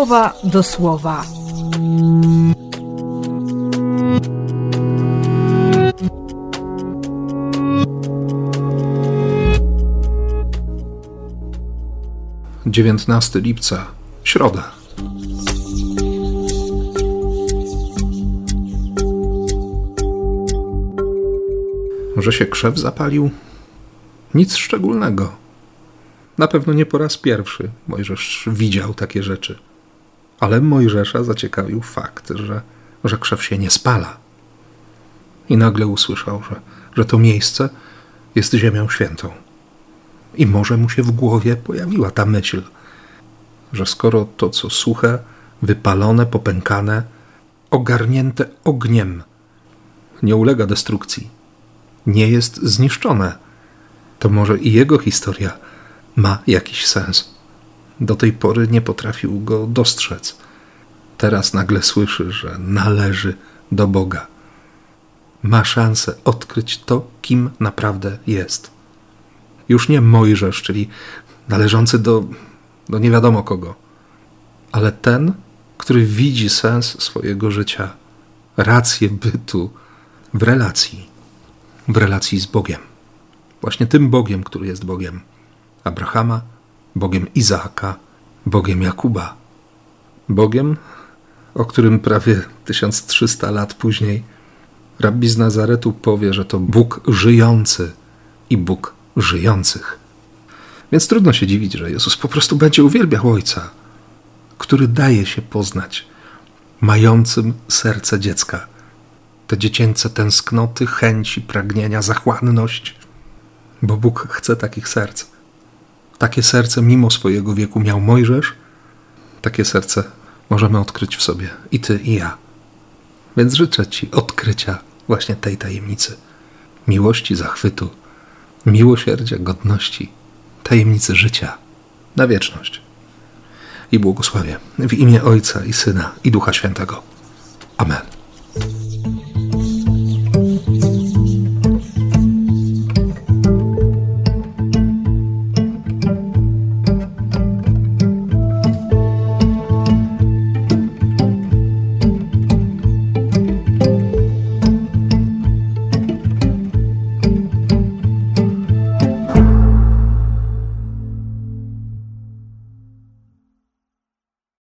słowa do słowa. Dziewiętnasty lipca, środa. Że się krzew zapalił? Nic szczególnego. Na pewno nie po raz pierwszy Mojżesz widział takie rzeczy. Ale Mojżesza zaciekawił fakt, że krzew się nie spala. I nagle usłyszał, że to miejsce jest ziemią świętą. I może mu się w głowie pojawiła ta myśl, że skoro to, co suche, wypalone, popękane, ogarnięte ogniem, nie ulega destrukcji, nie jest zniszczone, to może i jego historia ma jakiś sens. Do tej pory nie potrafił go dostrzec. Teraz nagle słyszy, że należy do Boga. Ma szansę odkryć to, kim naprawdę jest. Już nie Mojżesz, czyli należący do nie wiadomo kogo, ale ten, który widzi sens swojego życia, rację bytu w relacji z Bogiem. Właśnie tym Bogiem, który jest Bogiem Abrahama, Bogiem Izaaka, Bogiem Jakuba. Bogiem, o którym prawie 1300 lat później rabbi z Nazaretu powie, że to Bóg żyjący i Bóg żyjących. Więc trudno się dziwić, że Jezus po prostu będzie uwielbiał Ojca, który daje się poznać mającym serce dziecka. Te dziecięce tęsknoty, chęci, pragnienia, zachłanność. Bo Bóg chce takich serc. Takie serce mimo swojego wieku miał Mojżesz. Takie serce możemy odkryć w sobie i ty, i ja. Więc życzę ci odkrycia właśnie tej tajemnicy. Miłości, zachwytu, miłosierdzia, godności, tajemnicy życia na wieczność. I błogosławię w imię Ojca i Syna i Ducha Świętego. Amen.